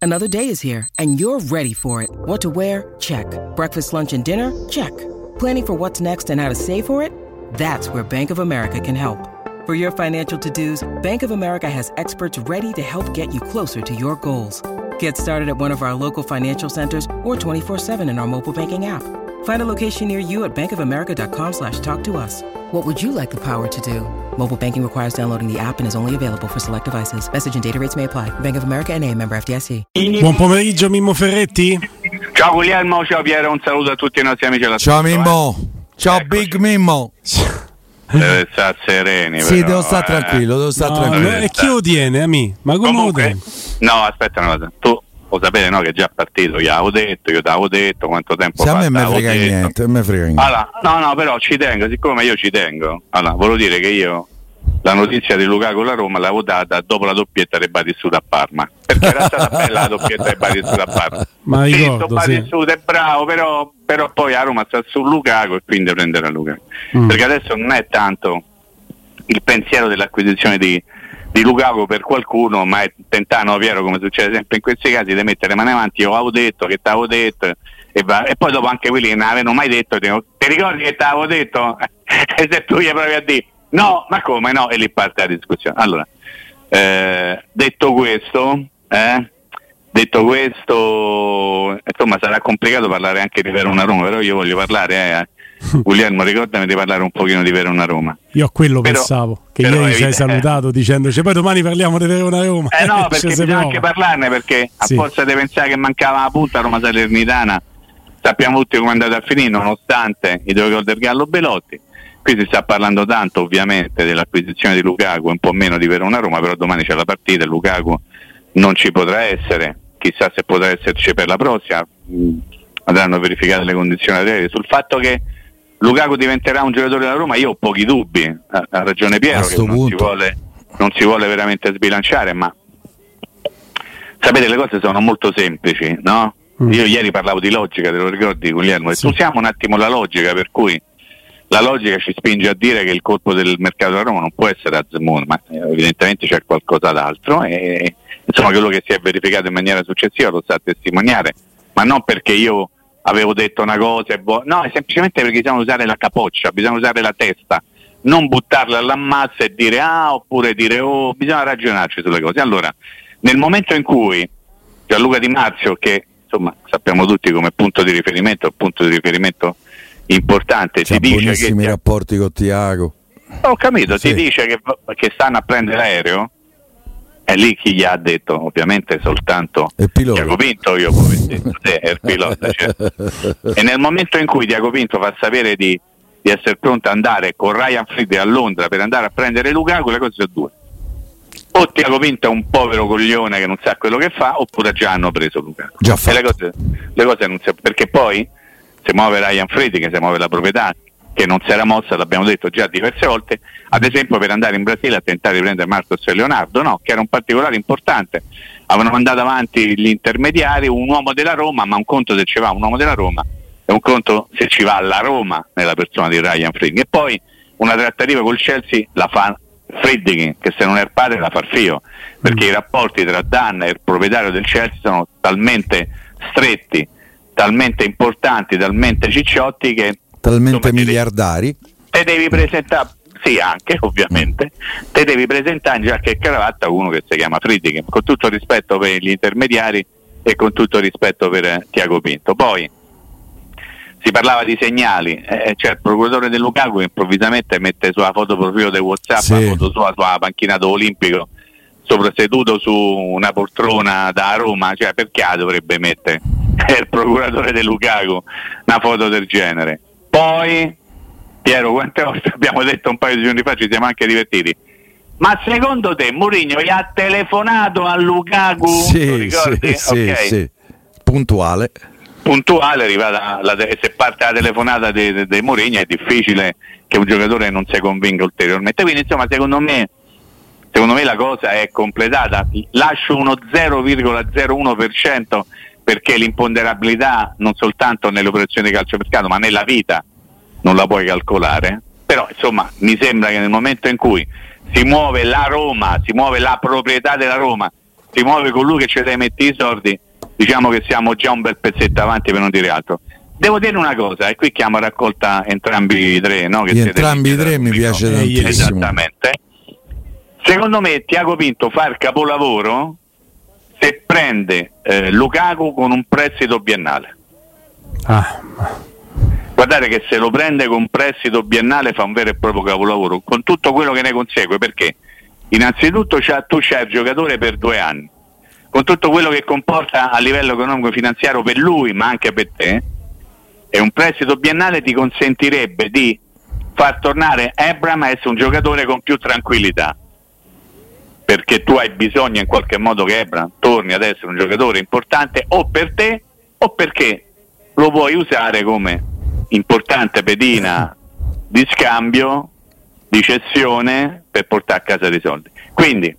Another day is here, and you're ready for it. What to wear? Check. Breakfast, lunch, and dinner? Check. Planning for what's next and how to save for it? That's where Bank of America can help. For your financial to-dos, Bank of America has experts ready to help get you closer to your goals. Get started at one of our local financial centers or 24/7 in our mobile banking app. Find a location near you at bankofamerica.com/talktous. What would you like the power to do? Mobile banking requires downloading the app and is only available for select devices. Message and data rates may apply. Bank of America N.A., member FDIC. Buon pomeriggio, Mimmo Ferretti. Ciao Guglielmo, ciao Piero, un saluto a tutti i nostri amici della Ciao Mimmo. Ciao Eccoci. Big Mimmo. Deve stare sereni. Sì, però, devo stare tranquillo, tranquillo. E chi lo tiene, Ami? Ma come comunque, lo tiene? No, aspetta una cosa. Tu lo sapete, no, che è già partito, io t'avevo detto quanto tempo fa. A me me frega niente, me frega niente. Allora, no, però ci tengo, siccome io ci tengo. Allora, volevo dire che io la notizia di Lukaku con la Roma l'avevo data dopo la doppietta del Battistuta a Parma, perché era stata bella la doppietta del Battistuta a Parma. Ma ricordo, Battistuta è bravo, però poi a Roma sta su Lukaku e quindi prenderà Lukaku. Perché adesso non è tanto il pensiero dell'acquisizione di Lukaku per qualcuno, ma è tentano, Piero, come succede sempre in questi casi, di mettere mani avanti. Io avevo detto che t'avevo detto e poi dopo anche quelli che non avevano mai detto ti ricordi che t'avevo detto? E se tu gli provi a dire no, ma come no? E lì parte la discussione. Allora, detto questo, insomma sarà complicato parlare anche di Verona Roma, però io voglio parlare, Guglielmo, ricordami di parlare un pochino di Verona Roma. Io a quello pensavo, che ieri ci hai salutato dicendoci poi domani parliamo di Verona Roma. No, perché bisogna anche parlarne, perché a forza di pensare che mancava la punta Roma Salernitana, sappiamo tutti come è andata a finire, nonostante i due gol del Gallo Belotti. Qui si sta parlando tanto ovviamente dell'acquisizione di Lukaku, un po' meno di Verona Roma, però domani c'è la partita e Lukaku non ci potrà essere, chissà se potrà esserci per la prossima, andranno verificate le condizioni aeree. Sul fatto che Lukaku diventerà un giocatore della Roma io ho pochi dubbi, ha ragione Piero che non si vuole veramente sbilanciare, ma sapete le cose sono molto semplici, no? Io ieri parlavo di logica, te lo ricordi Guglielmo? Sì. Usiamo un attimo la logica, per cui la logica ci spinge a dire che il colpo del mercato della Roma non può essere Azmoun, ma evidentemente c'è qualcosa d'altro e insomma quello che si è verificato in maniera successiva lo sta a testimoniare, ma non perché io avevo detto una cosa no, è semplicemente perché bisogna usare la capoccia, bisogna usare la testa, non buttarla all'ammazza e dire oppure dire bisogna ragionarci sulle cose. Allora, nel momento in cui Gianluca Di Marzio, che insomma sappiamo tutti come punto di riferimento importante, c'ha ti dice buonissimi rapporti con Tiago. Ho capito, sì. Ti dice che stanno a prendere l'aereo, e lì chi gli ha detto? Ovviamente soltanto Tiago Pinto, io è il pilota, certo. E nel momento in cui Tiago Pinto fa sapere di essere pronto ad andare con Ryan Friedrich a Londra per andare a prendere Lukaku, le cose sono due: o Tiago Pinto è un povero coglione che non sa quello che fa, oppure già hanno preso Lukaku. E le cose non si, perché poi si muove Ryan Friedrich, si muove la proprietà che non si era mossa, l'abbiamo detto già diverse volte, ad esempio per andare in Brasile a tentare di prendere Marcos e Leonardo, no, che era un particolare importante. Avevano mandato avanti gli intermediari, un uomo della Roma, ma un conto se ci va un uomo della Roma e un conto se ci va la Roma nella persona di Ryan Friedrich. E poi una trattativa col Chelsea la fa Friedrich, che se non è il padre la fa il figlio, perché i rapporti tra Dan e il proprietario del Chelsea sono talmente stretti, talmente importanti, talmente cicciotti che talmente miliardari te devi presentare, sì anche ovviamente, te devi presentare in giacca e cravatta uno che si chiama Friedrich, con tutto il rispetto per gli intermediari e con tutto il rispetto per Tiago Pinto. Poi si parlava di segnali, cioè il procuratore del Lukaku improvvisamente mette sulla foto profilo del WhatsApp la foto sulla panchina olimpico seduto su una poltrona da Roma, cioè perché dovrebbe mettere il procuratore del Lukaku una foto del genere? Poi Piero, quante volte abbiamo detto un paio di giorni fa, ci siamo anche divertiti, ma secondo te Mourinho gli ha telefonato a Lukaku? Sì. Puntuale, arrivata se parte la telefonata di Mourinho è difficile che un giocatore non si convinca ulteriormente, quindi insomma secondo me la cosa è completata. Lascio uno 0,01% perché l'imponderabilità non soltanto nelle operazioni di calciomercato ma nella vita non la puoi calcolare, però insomma mi sembra che nel momento in cui si muove la Roma, si muove la proprietà della Roma si muove con lui che ci deve mettere i soldi, diciamo che siamo già un bel pezzetto avanti, per non dire altro. Devo dire una cosa, e qui chiamo a raccolta entrambi i tre, no? Che entrambi i tre mi piace tantissimo. Esattamente. Secondo me Tiago Pinto fa il capolavoro se prende Lukaku con un prestito biennale. Guardate che se lo prende con un prestito biennale fa un vero e proprio capolavoro, con tutto quello che ne consegue, perché innanzitutto tu c'hai il giocatore per 2 anni, con tutto quello che comporta a livello economico e finanziario per lui ma anche per te, e un prestito biennale ti consentirebbe di far tornare Abraham a essere un giocatore con più tranquillità, perché tu hai bisogno in qualche modo che Abraham torni ad essere un giocatore importante o per te o perché lo puoi usare come importante pedina di scambio, di cessione per portare a casa dei soldi. Quindi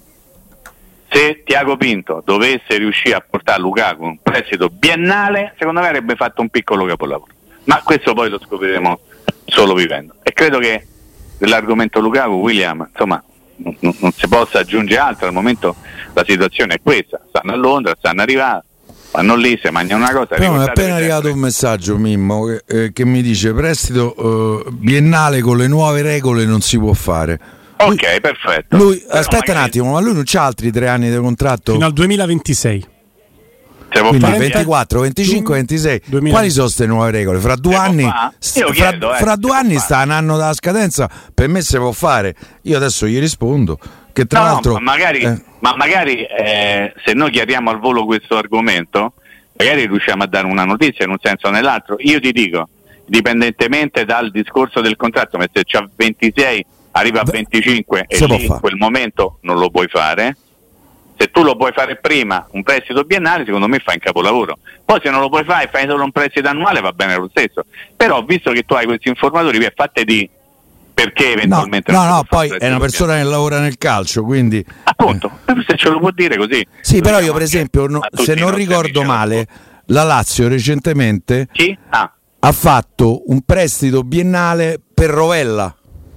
se Tiago Pinto dovesse riuscire a portare Lukaku un prestito biennale, secondo me avrebbe fatto un piccolo capolavoro, ma questo poi lo scopriremo solo vivendo. E credo che dell'argomento Lukaku, William, insomma, non si possa aggiungere altro. Al momento la situazione è questa: stanno a Londra, stanno arrivando, vanno lì, si mangiano una cosa. Però mi è appena arrivato un messaggio, Mimmo, che mi dice prestito biennale con le nuove regole non si può fare. Ok, perfetto. Lui, aspetta un attimo, ma lui non c'ha altri 3 anni di contratto? Fino al 2026. Quindi 24, 25, 26. 2000. Quali sono queste nuove regole? Fra 2 anni, fra 2 anni sta un anno dalla scadenza, per me si può fare. Io adesso gli rispondo che tra l'altro ma magari se noi chiariamo al volo questo argomento, magari riusciamo a dare una notizia in un senso o nell'altro. Io ti dico, indipendentemente dal discorso del contratto, ma se c'ha 26 arriva a 25 e lì in quel momento non lo puoi fare. Se tu lo puoi fare prima, un prestito biennale, secondo me fai un capolavoro. Poi se non lo puoi fare e fai solo un prestito annuale, va bene lo stesso. Però visto che tu hai questi informatori, fatte di perché eventualmente no, poi è una persona che lavora nel calcio, quindi appunto, se ce lo può dire così. Sì, però io per esempio se non ricordo male, la Lazio recentemente ha fatto un prestito biennale per Rovella.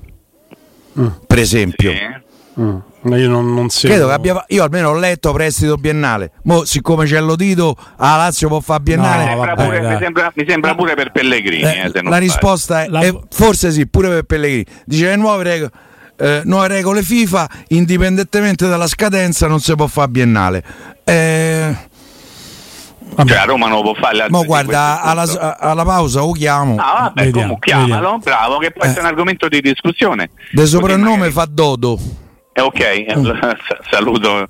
Per esempio. Sì. Io non credo che io almeno ho letto prestito biennale. Mo siccome c'è l'Odito, la Lazio può fare biennale. Mi sembra pure per Pellegrini. La risposta è forse sì, pure per Pellegrini. Dice le nuove regole FIFA, indipendentemente dalla scadenza, non si può fare biennale. Cioè a Roma non lo può fare. Ma guarda, alla pausa lo chiamo. Comunque chiamalo, bravo, che può essere un argomento di discussione. De soprannome fa Dodo. Saluto.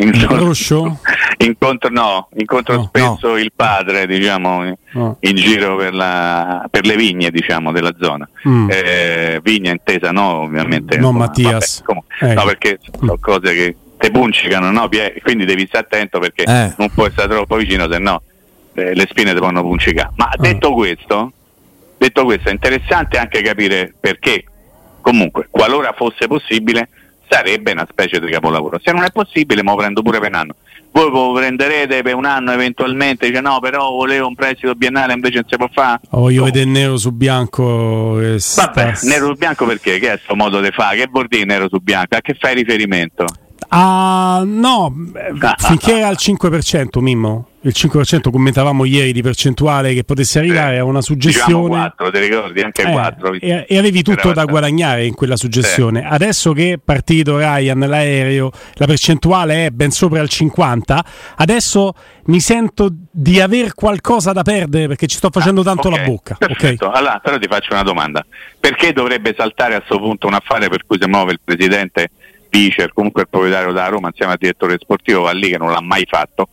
Incontro spesso il padre, diciamo, in giro per le vigne, diciamo, della zona. Vigna intesa, no, ovviamente. No, Mattias. No, perché sono cose che te puncicano, no? Quindi devi stare attento perché non puoi stare troppo vicino, se no le spine ti possono puncicare. Ma detto questo, è interessante anche capire perché, comunque, qualora fosse possibile, sarebbe una specie di capolavoro. Se non è possibile, me lo prendo pure per un anno. Voi lo prenderete per un anno eventualmente, dice no, però volevo un prestito biennale, invece non si può fare. Voglio vedere nero su bianco. Vabbè, nero su bianco perché? Che è questo modo di fare? Che vuol dire nero su bianco? A che fai riferimento? No, finché era al 5%, Mimmo. Il 5% commentavamo ieri di percentuale che potesse arrivare a una suggestione. Diciamo 4, ti ricordi? Anche 4. E avevi tutto da guadagnare in quella suggestione. Adesso che è partito Ryan, l'aereo, la percentuale è ben sopra il 50%, adesso mi sento di aver qualcosa da perdere perché ci sto facendo tanto la bocca. Perfetto. Okay. Allora, però ti faccio una domanda. Perché dovrebbe saltare a questo punto un affare per cui si muove il presidente Picer, comunque il proprietario della Roma insieme al direttore sportivo, va lì che non l'ha mai fatto,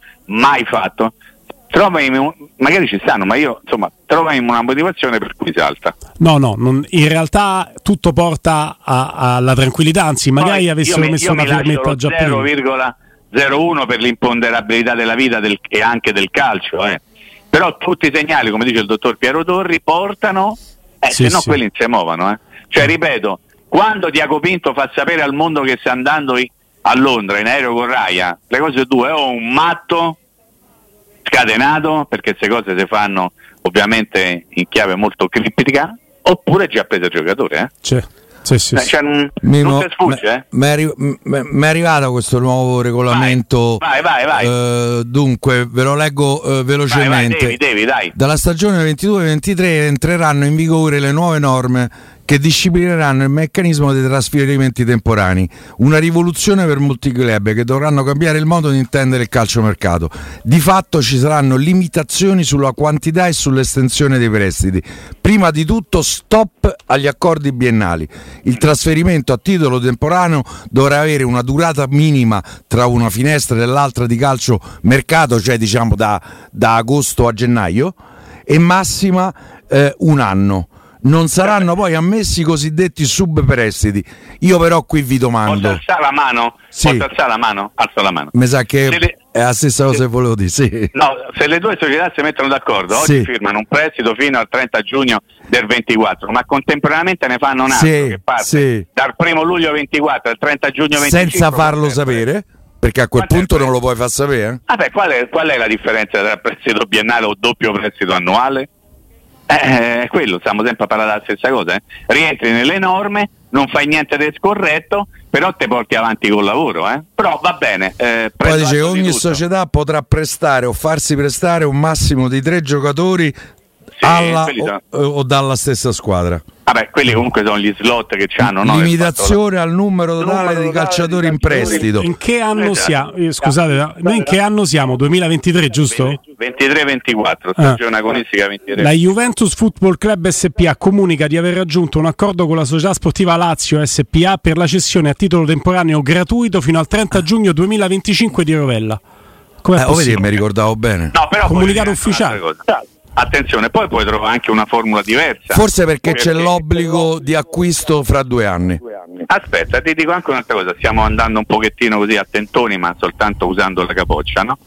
magari ci stanno, ma io insomma trovami una motivazione per cui salta. No, in realtà tutto porta alla tranquillità, anzi magari avessero messo una firmetta già prima. 0,01 per l'imponderabilità della vita e anche del calcio, però tutti i segnali, come dice il dottor Piero Torri, portano, se no quelli non si muovono, cioè ripeto, quando Tiago Pinto fa sapere al mondo che sta andando a Londra in aereo con Raya, le cose due, o un matto scatenato, perché queste cose si fanno ovviamente in chiave molto criptica, oppure già preso il giocatore. Cioè, non si sfugge. Mi è arrivato questo nuovo regolamento. Vai. Dunque, ve lo leggo velocemente. Devi, dai. Dalla stagione 22-23 entreranno in vigore le nuove norme che disciplineranno il meccanismo dei trasferimenti temporanei, una rivoluzione per molti club che dovranno cambiare il modo di intendere il calciomercato. Di fatto ci saranno limitazioni sulla quantità e sull'estensione dei prestiti. Prima di tutto stop agli accordi biennali. Il trasferimento a titolo temporaneo dovrà avere una durata minima tra una finestra e l'altra di calciomercato, cioè diciamo da agosto a gennaio, e massima un anno. Non saranno poi ammessi i cosiddetti subprestiti. Io però qui vi domando. Posso alzare la mano? Sì. Posso alzare la mano? Alzo la mano. Mi sa che è la stessa cosa che volevo dire. Sì. No, se le due società si mettono d'accordo, oggi firmano un prestito fino al 30 giugno del 24, ma contemporaneamente ne fanno un altro che parte dal 1 luglio 24 al 30 giugno 25. Senza farlo sapere? Perché a quel punto non lo puoi far sapere? Vabbè, qual è la differenza tra prestito biennale o doppio prestito annuale? Quello, stiamo sempre a parlare della stessa cosa. Rientri nelle norme, non fai niente di scorretto, però te porti avanti col lavoro. Però va bene. Poi dice che ogni società potrà prestare o farsi prestare un massimo di 3 giocatori o dalla stessa squadra. Vabbè, quelli comunque sono gli slot che c'hanno, no? Limitazione al numero totale di calciatori in prestito. In che anno siamo? Scusate, noi in che anno siamo? 2023, giusto? 23-24, stagione agonistica 23. La Juventus Football Club SPA comunica di aver raggiunto un accordo con la società sportiva Lazio SPA per la cessione a titolo temporaneo gratuito fino al 30 giugno 2025 di Rovella. Vedi, mi ricordavo bene. No, però comunicato ufficiale. Attenzione, poi puoi trovare anche una formula diversa. Forse perché c'è l'obbligo di acquisto fra 2 anni. Aspetta, ti dico anche un'altra cosa. Stiamo andando un pochettino così a tentoni, ma soltanto usando la capoccia, no?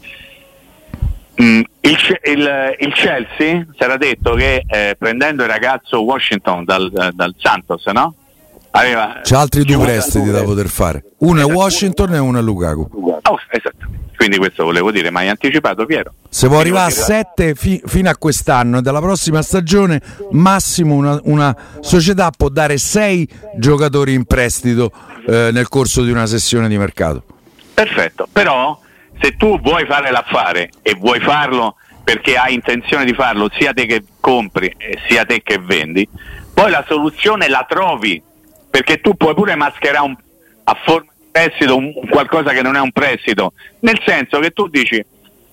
Il Chelsea si era detto che prendendo il ragazzo Washington dal Santos, no? C'ha altri 2 prestiti da poter fare. Uno è Washington e uno è Lukaku. Esattamente. Quindi questo volevo dire, ma hai anticipato, Piero? Se può arrivare a 7 fino a quest'anno e dalla prossima stagione massimo una società può dare 6 giocatori in prestito nel corso di una sessione di mercato. Perfetto, però se tu vuoi fare l'affare e vuoi farlo perché hai intenzione di farlo, sia te che compri sia te che vendi, poi la soluzione la trovi, perché tu puoi pure mascherare a forma di prestito qualcosa che non è un prestito, nel senso che tu dici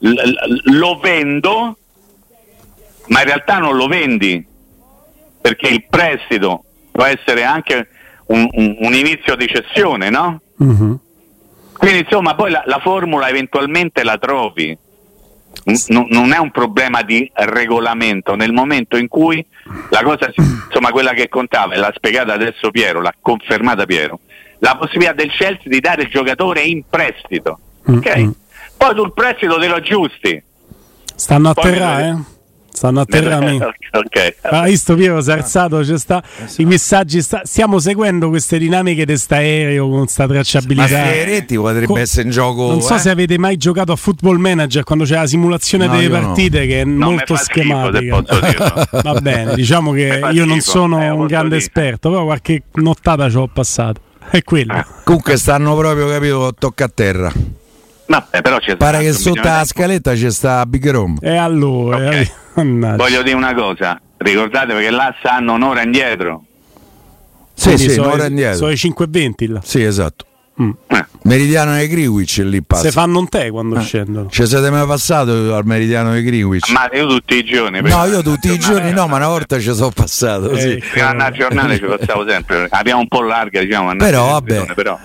lo vendo, ma in realtà non lo vendi, perché il prestito può essere anche un inizio di cessione, no? Mm-hmm. Quindi insomma poi la formula eventualmente la trovi. Non è un problema di regolamento, nel momento in cui la cosa, insomma, quella che contava, e l'ha spiegata adesso Piero, l'ha confermata Piero, la possibilità del Chelsea di dare il giocatore in prestito, ok? Poi tu il prestito te lo aggiusti. Stanno a terra, Stanno a terra. Okay. Visto Piero si è alzato, c'è sta i messaggi, stiamo seguendo queste dinamiche di sta aereo con sta tracciabilità. Ma Fioretti potrebbe essere in gioco. Non so se avete mai giocato a Football Manager quando c'è la simulazione delle partite, che è molto schematica. Va bene, diciamo che io non sono un grande esperto, però qualche nottata ci ho passato. È quello. Comunque stanno proprio, capito, tocca a terra. Vabbè, però pare che sotto la scaletta c'è sta Big Rome. E allora voglio dire una cosa, ricordatevi che là stanno un'ora indietro. Sì, un'ora indietro. Sono i 5:20 là. Sì, esatto. Meridiano di Greenwich lì passa. Se fanno un tè quando scendono. Ci siete mai passato al Meridiano di Greenwich? Ma io tutti i giorni. No, io tutti i giorni no, ma una volta ci sono passato. Sì. A giornale ci passavo sempre. Abbiamo un po' larga, diciamo. Però vabbè.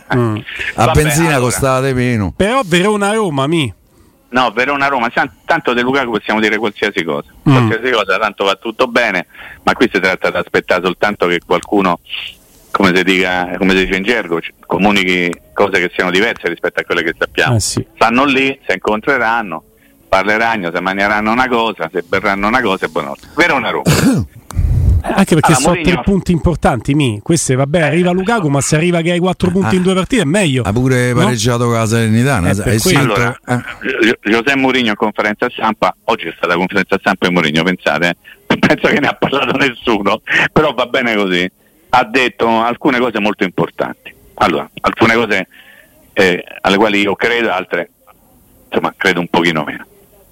A benzina allora costava di meno. Però Verona-Roma No, Verona-Roma, tanto De Lukaku possiamo dire qualsiasi cosa. Qualsiasi cosa, tanto va tutto bene, ma qui si tratta di aspettare soltanto che qualcuno, come si dice in gergo, comunichi cose che siano diverse rispetto a quelle che sappiamo. Stanno lì, si incontreranno, parleranno, si mangeranno una cosa, se berranno una cosa e buonanotte. Verona-Roma. Anche perché sono 3 punti importanti. Queste, vabbè, arriva Lukaku, ma se arriva che hai 4 punti in 2 partite è meglio. Ha pure pareggiato con la Salernitana. Allora, José Mourinho in conferenza stampa, oggi è stata conferenza stampa di Mourinho, pensate, penso che ne ha parlato nessuno, però va bene così. ha detto alcune cose molto importanti. Allora, alcune cose alle quali io credo, altre insomma credo un pochino meno.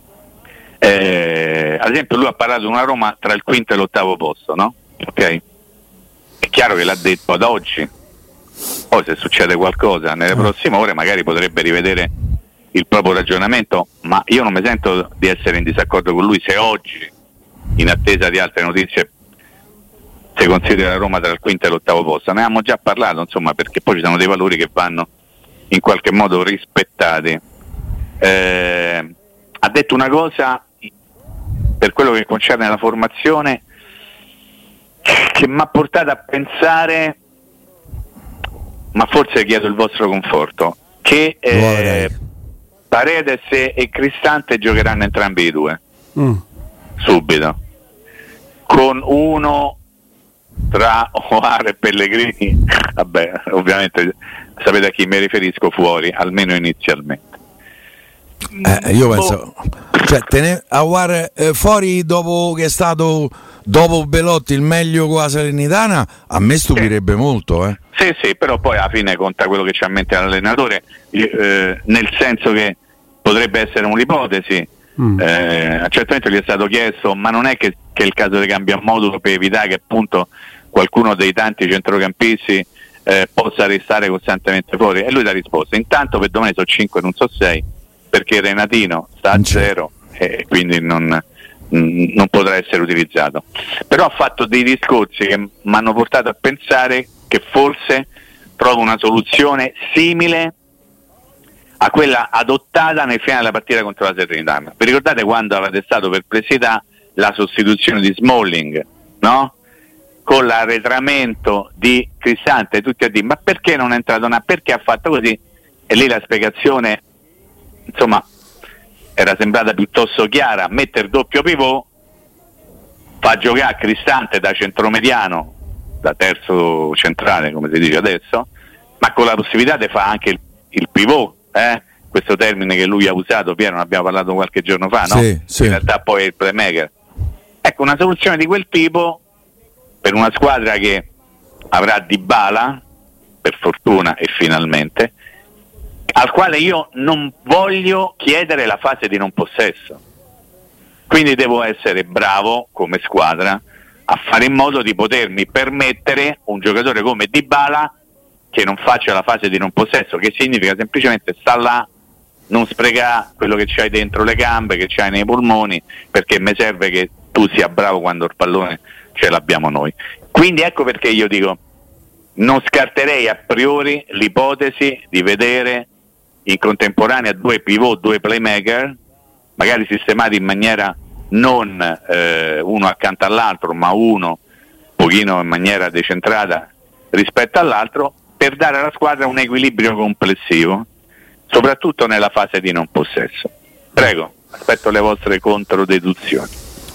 Ad esempio lui ha parlato di una Roma tra il quinto e l'ottavo posto, no? Ok? È chiaro che l'ha detto ad oggi, poi se succede qualcosa nelle prossime ore magari potrebbe rivedere il proprio ragionamento, ma io non mi sento di essere in disaccordo con lui se oggi, in attesa di altre notizie, si considera la Roma tra il quinto e l'ottavo posto. Ne abbiamo già parlato, insomma, perché poi ci sono dei valori che vanno in qualche modo rispettati. Ha detto una cosa per quello che concerne la formazione che mi ha portato a pensare, ma forse chiedo il vostro conforto, che Paredes e Cristante giocheranno entrambi i due subito, con uno tra Aouar e Pellegrini, vabbè, ovviamente sapete a chi mi riferisco, fuori, almeno inizialmente. Io penso, cioè Aouar fuori dopo che è stato, dopo Belotti, il meglio con la Salernitana, a me stupirebbe molto. Sì, però poi alla fine conta quello che c'ha in mente l'allenatore, nel senso che potrebbe essere un'ipotesi. Certamente gli è stato chiesto, ma non è che è il caso di cambio a modulo per evitare che appunto qualcuno dei tanti centrocampisti possa restare costantemente fuori, e lui ha risposto: intanto per domani sono 5, non so 6, perché Renatino sta a 0 e quindi non potrà essere utilizzato. Però ha fatto dei discorsi che mi hanno portato a pensare che forse trova una soluzione simile a quella adottata nel finale della partita contro la Salernitana. Vi ricordate quando aveva destato perplessità la sostituzione di Smalling, no? Con l'arretramento di Cristante, tutti a dire ma perché non è entrato perché ha fatto così? E lì la spiegazione, insomma, era sembrata piuttosto chiara: mettere doppio pivot, fa giocare Cristante da centromediano, da terzo centrale come si dice adesso, ma con la possibilità di fare anche il pivot, questo termine che lui ha usato, Piero, ne abbiamo parlato qualche giorno fa, no? Sì. In realtà poi è il playmaker. Ecco, una soluzione di quel tipo per una squadra che avrà Dybala, per fortuna e finalmente, al quale io non voglio chiedere la fase di non possesso. Quindi devo essere bravo come squadra a fare in modo di potermi permettere un giocatore come Dybala che non faccia la fase di non possesso, che significa semplicemente sta là, non sprecare quello che c'hai dentro le gambe, che c'hai nei polmoni, perché mi serve che tu sia bravo quando il pallone ce l'abbiamo noi. Quindi ecco perché io dico, non scarterei a priori l'ipotesi di vedere in contemporanea due pivot, due playmaker, magari sistemati in maniera non uno accanto all'altro, ma uno un pochino in maniera decentrata rispetto all'altro, per dare alla squadra un equilibrio complessivo, soprattutto nella fase di non possesso. Prego, aspetto le vostre controdeduzioni.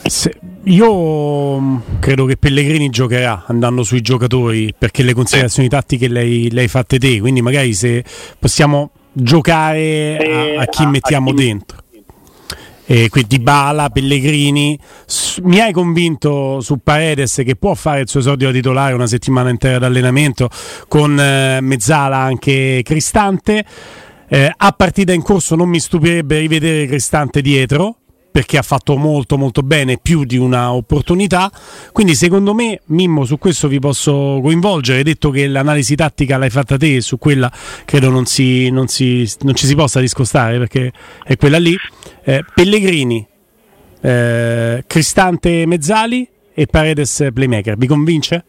Io credo che Pellegrini giocherà andando sui giocatori, perché le considerazioni tattiche le hai fatte te, quindi magari se possiamo giocare a chi mettiamo dentro. Quindi Dybala, Pellegrini. Mi hai convinto su Paredes, che può fare il suo esordio da titolare una settimana intera d'allenamento, con mezzala anche Cristante. A partita in corso non mi stupirebbe rivedere Cristante dietro, perché ha fatto molto molto bene, più di una opportunità. Quindi secondo me, Mimmo, su questo vi posso coinvolgere. Hai detto che l'analisi tattica l'hai fatta te, e su quella credo non ci si possa discostare, perché è quella lì. Pellegrini, Cristante mezzali e Paredes playmaker. Vi convince?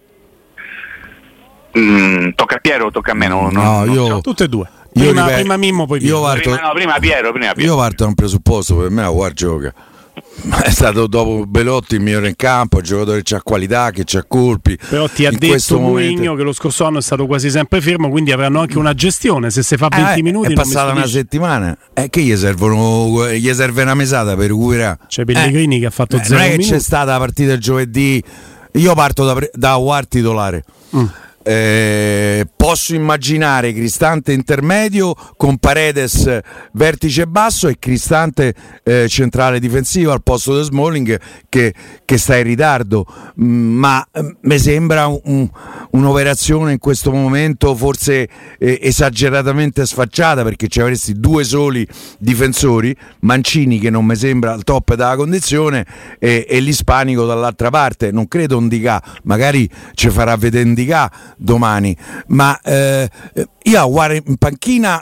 Tocca a Piero o tocca a me? Io tutte e due. Prima Mimmo, poi Piero. Prima Piero. Io parto da un presupposto: per me Aouar gioca. È stato dopo Belotti il migliore in campo, il giocatore che c'ha qualità, che c'ha colpi. Però ti ha detto Mourinho che lo scorso anno è stato quasi sempre fermo, quindi avranno anche una gestione. Se si fa 20 minuti è passata una settimana, che gli serve una mesata per recuperare. C'è Pellegrini che ha fatto 0 non è che minuti. C'è stata la partita il giovedì. Io parto da Aouar titolare. Posso immaginare Cristante intermedio con Paredes vertice basso e Cristante centrale difensivo al posto di Smalling che sta in ritardo, ma mi sembra un'operazione in questo momento forse esageratamente sfacciata, perché ci avresti due soli difensori, Mancini che non mi sembra al top della condizione e l'Ispanico dall'altra parte. Non credo Ndicà, magari ci farà vedere Ndicà domani, ma io a War in panchina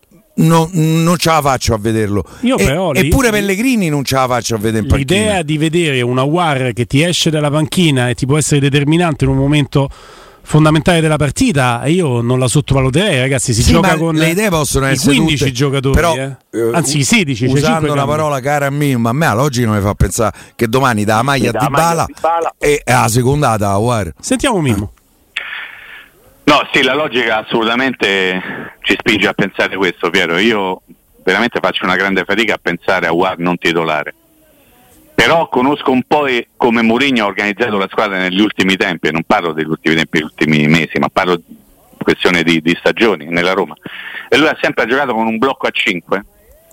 non ce la faccio a vederlo. Eppure Pellegrini non ce la faccio a vedere in panchina. L'idea di vedere una War che ti esce dalla panchina e ti può essere determinante in un momento fondamentale della partita, io non la sottovaluterei, ragazzi. Si gioca con le idee possono essere 15 tutte, giocatori, però, anzi i 16. Usando una parola cara a me, ma a me la logica non mi fa pensare che domani dalla maglia di Dybala e alla secondata a War. Sentiamo Mimmo. No, sì, la logica assolutamente ci spinge a pensare questo, Piero. Io veramente faccio una grande fatica a pensare a War non titolare. Però conosco un po' come Mourinho ha organizzato la squadra negli ultimi tempi, e non parlo degli ultimi tempi, degli ultimi mesi, ma parlo di questione di stagioni nella Roma. E lui ha sempre giocato con un blocco a 5,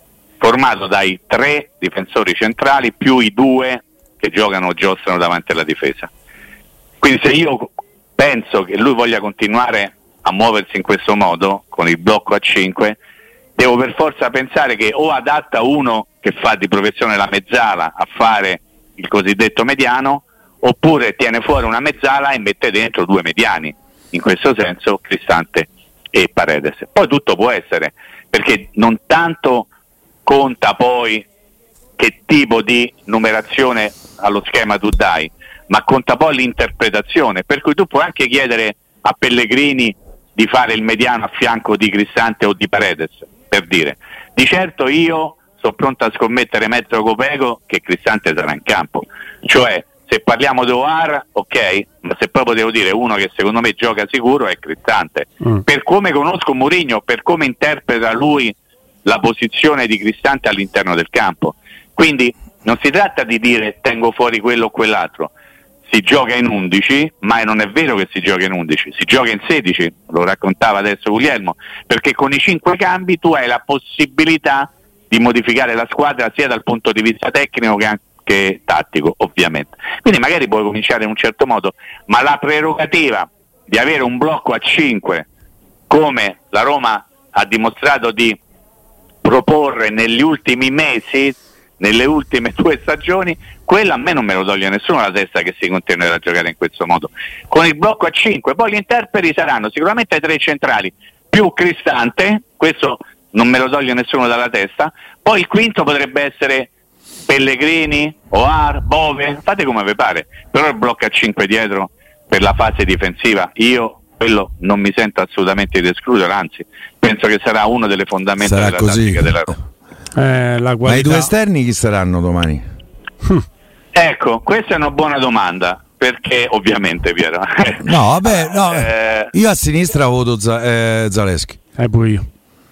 formato dai 3 difensori centrali più i 2 che giostrano davanti alla difesa. Quindi se io penso che lui voglia continuare a muoversi in questo modo, con il blocco a 5, devo per forza pensare che o adatta uno che fa di professione la mezzala a fare il cosiddetto mediano, oppure tiene fuori una mezzala e mette dentro 2 mediani, in questo senso Cristante e Paredes. Poi tutto può essere, perché non tanto conta poi che tipo di numerazione allo schema tu dai, ma conta poi l'interpretazione, per cui tu puoi anche chiedere a Pellegrini di fare il mediano a fianco di Cristante o di Paredes, per dire. Di certo io sono pronto a scommettere mezzo copeco che Cristante sarà in campo, cioè se parliamo di Oar, ok, ma se proprio devo dire uno che secondo me gioca sicuro è Cristante, per come conosco Mourinho, per come interpreta lui la posizione di Cristante all'interno del campo. Quindi non si tratta di dire tengo fuori quello o quell'altro, si gioca in 11, ma non è vero che si gioca in 11, si gioca in 16, lo raccontava adesso Guglielmo, perché con i 5 cambi tu hai la possibilità di modificare la squadra sia dal punto di vista tecnico che anche tattico, ovviamente. Quindi magari puoi cominciare in un certo modo, ma la prerogativa di avere un blocco a 5, come la Roma ha dimostrato di proporre negli ultimi mesi, nelle ultime 2 stagioni, quella a me non me lo toglie nessuno la testa che si continuerà a giocare in questo modo, con il blocco a 5. Poi gli interpreti saranno sicuramente 3 centrali più Cristante, questo non me lo toglie nessuno dalla testa. Poi il quinto potrebbe essere Pellegrini, Oar, Bove, fate come vi pare, però il blocco a 5 dietro per la fase difensiva io quello non mi sento assolutamente di escludere, anzi penso che sarà una delle fondamenta sarà della così. tattica della Roma. Ma i 2 esterni chi saranno domani? Ecco, questa è una buona domanda, perché ovviamente Piero no vabbè no, io a sinistra voto Zaleschi, pure io.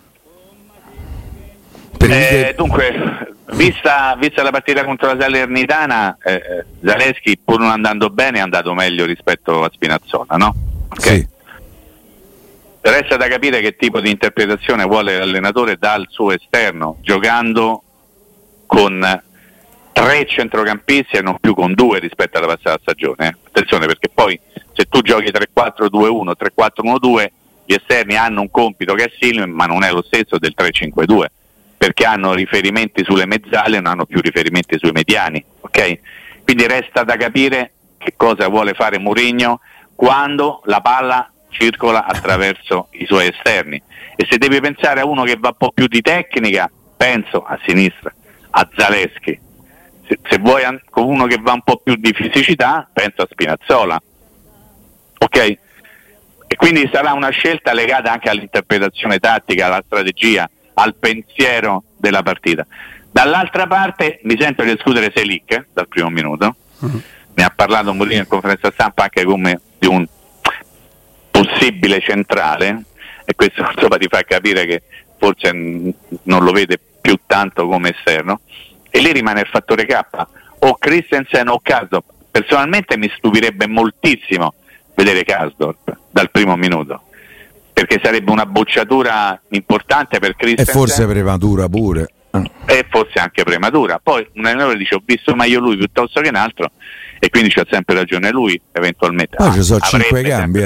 Dunque vista la partita contro la Salernitana, Zaleschi pur non andando bene è andato meglio rispetto a Spinazzola, no? Okay. Sì. Resta da capire che tipo di interpretazione vuole l'allenatore dal suo esterno, giocando con 3 centrocampisti e non più con 2 rispetto alla passata stagione. Attenzione, perché poi se tu giochi 3-4-2-1, 3-4-1-2, gli esterni hanno un compito che è simile, ma non è lo stesso del 3-5-2, perché hanno riferimenti sulle mezzale e non hanno più riferimenti sui mediani, ok? Quindi resta da capire che cosa vuole fare Mourinho quando la palla circola attraverso i suoi esterni. E se devi pensare a uno che va un po' più di tecnica, penso a sinistra, a Zaleschi. Se vuoi con uno che va un po' più di fisicità, penso a Spinazzola, ok? E quindi sarà una scelta legata anche all'interpretazione tattica, alla strategia, al pensiero della partita. Dall'altra parte mi sento di escludere Selic dal primo minuto. Ne ha parlato Mourinho in conferenza stampa anche come di un possibile centrale, e questo insomma ti fa capire che forse non lo vede più tanto come esterno, e lì rimane il fattore K, o Christensen o Karsdorp. Personalmente mi stupirebbe moltissimo vedere Karsdorp dal primo minuto, perché sarebbe una bocciatura importante per Christensen, e forse prematura pure, e forse anche prematura. Poi un allenatore dice: ho visto meglio lui piuttosto che un altro, e quindi c'ha sempre ragione lui, eventualmente. Ci sono 5 cambi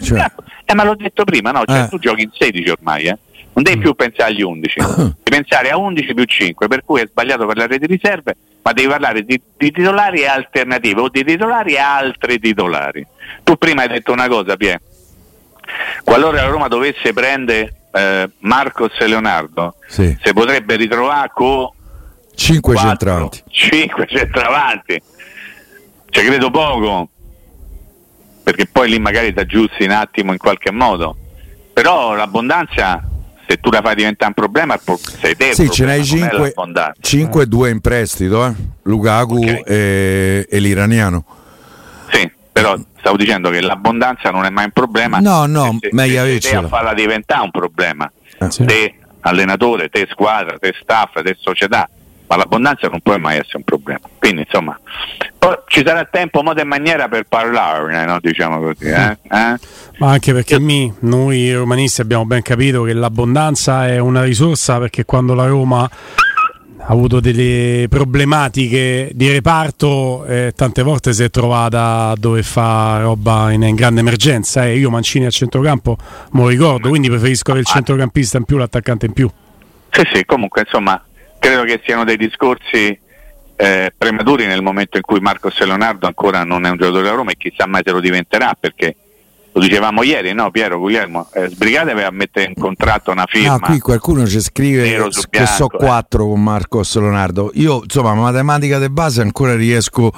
ma l'ho detto prima, no? Cioè, tu giochi in 16 ormai, non devi più pensare agli 11, devi pensare a 11 più 5, per cui è sbagliato parlare di riserve, ma devi parlare di titolari e alternative, o di titolari e altri titolari. Tu prima hai detto una cosa, Pie, qualora la Roma dovesse prendere Marcos e Leonardo, si potrebbe ritrovare con 5 centravanti. 5 centravanti, cioè credo poco, perché poi lì magari ti aggiusti un attimo in qualche modo, però l'abbondanza, se tu la fai diventare un problema, sei te. Sì, ce n'hai 5 e 2 in prestito, Lukaku e l'iraniano. Sì, però stavo dicendo che l'abbondanza non è mai un problema. No, meglio avercela. Te a farla diventare un problema. Te allenatore, te squadra, te staff, te società, ma l'abbondanza non può mai essere un problema. Quindi insomma, poi ci sarà tempo, modo e maniera per parlarne, no? Diciamo così. Ma anche perché noi romanisti abbiamo ben capito che l'abbondanza è una risorsa, perché quando la Roma ha avuto delle problematiche di reparto, tante volte si è trovata dove fa roba in grande emergenza. Io Mancini a centrocampo me lo ricordo, quindi preferisco avere il centrocampista in più, l'attaccante in più. Sì, comunque insomma credo che siano dei discorsi prematuri nel momento in cui Marcos Leonardo ancora non è un giocatore della Roma, e chissà mai se lo diventerà, perché lo dicevamo ieri, no Piero, Guglielmo, sbrigatevi a mettere in contratto una firma. Qui qualcuno ci scrive che so 4 con Marcos Leonardo. Io insomma matematica di base ancora riesco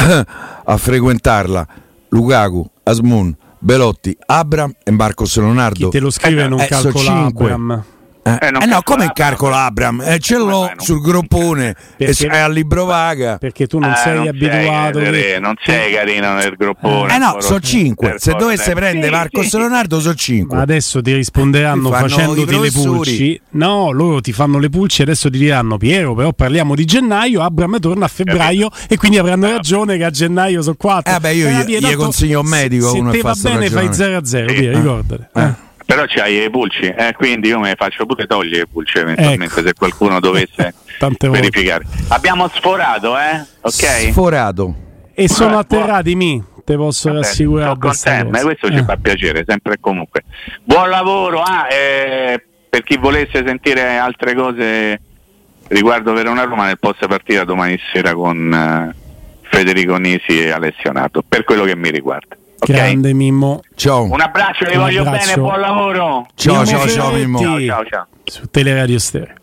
a frequentarla. Lukaku, Asmun, Belotti, Abraham e Marcos Leonardo. Chi te lo scrive non calcola Abraham. No, come calcola Abraham? Ce l'ho sul groppone, è al libro vaga. Perché tu non sei abituato. Non sei carino nel groppone. No, sono 5. Se dovesse prendere Marcos Leonardo, sono 5. Ma adesso ti risponderanno facendoti le pulci. No, loro ti fanno le pulci e adesso ti diranno: Piero, però parliamo di gennaio. Abraham torna a febbraio, e quindi avranno ragione che a gennaio sono 4. Io gli consiglio un medico. Se te va bene, fai 0-0. Piero, ricordate. Però c'hai i pulci, quindi io me ne faccio pure togliere i pulci eventualmente, se qualcuno dovesse verificare. Abbiamo sforato, ok? Sforato. E sono atterrati, te posso rassicurare. Ma questo ci fa piacere, sempre e comunque. Buon lavoro, per chi volesse sentire altre cose riguardo Verona Roma, nel post partita domani sera con Federico Nisi e Alessio Nato, per quello che mi riguarda. Okay. Grande Mimmo, ciao. Un abbraccio, vi voglio bene, buon lavoro. Ciao Mimmo. Ciao. Su Teleradio Stereo.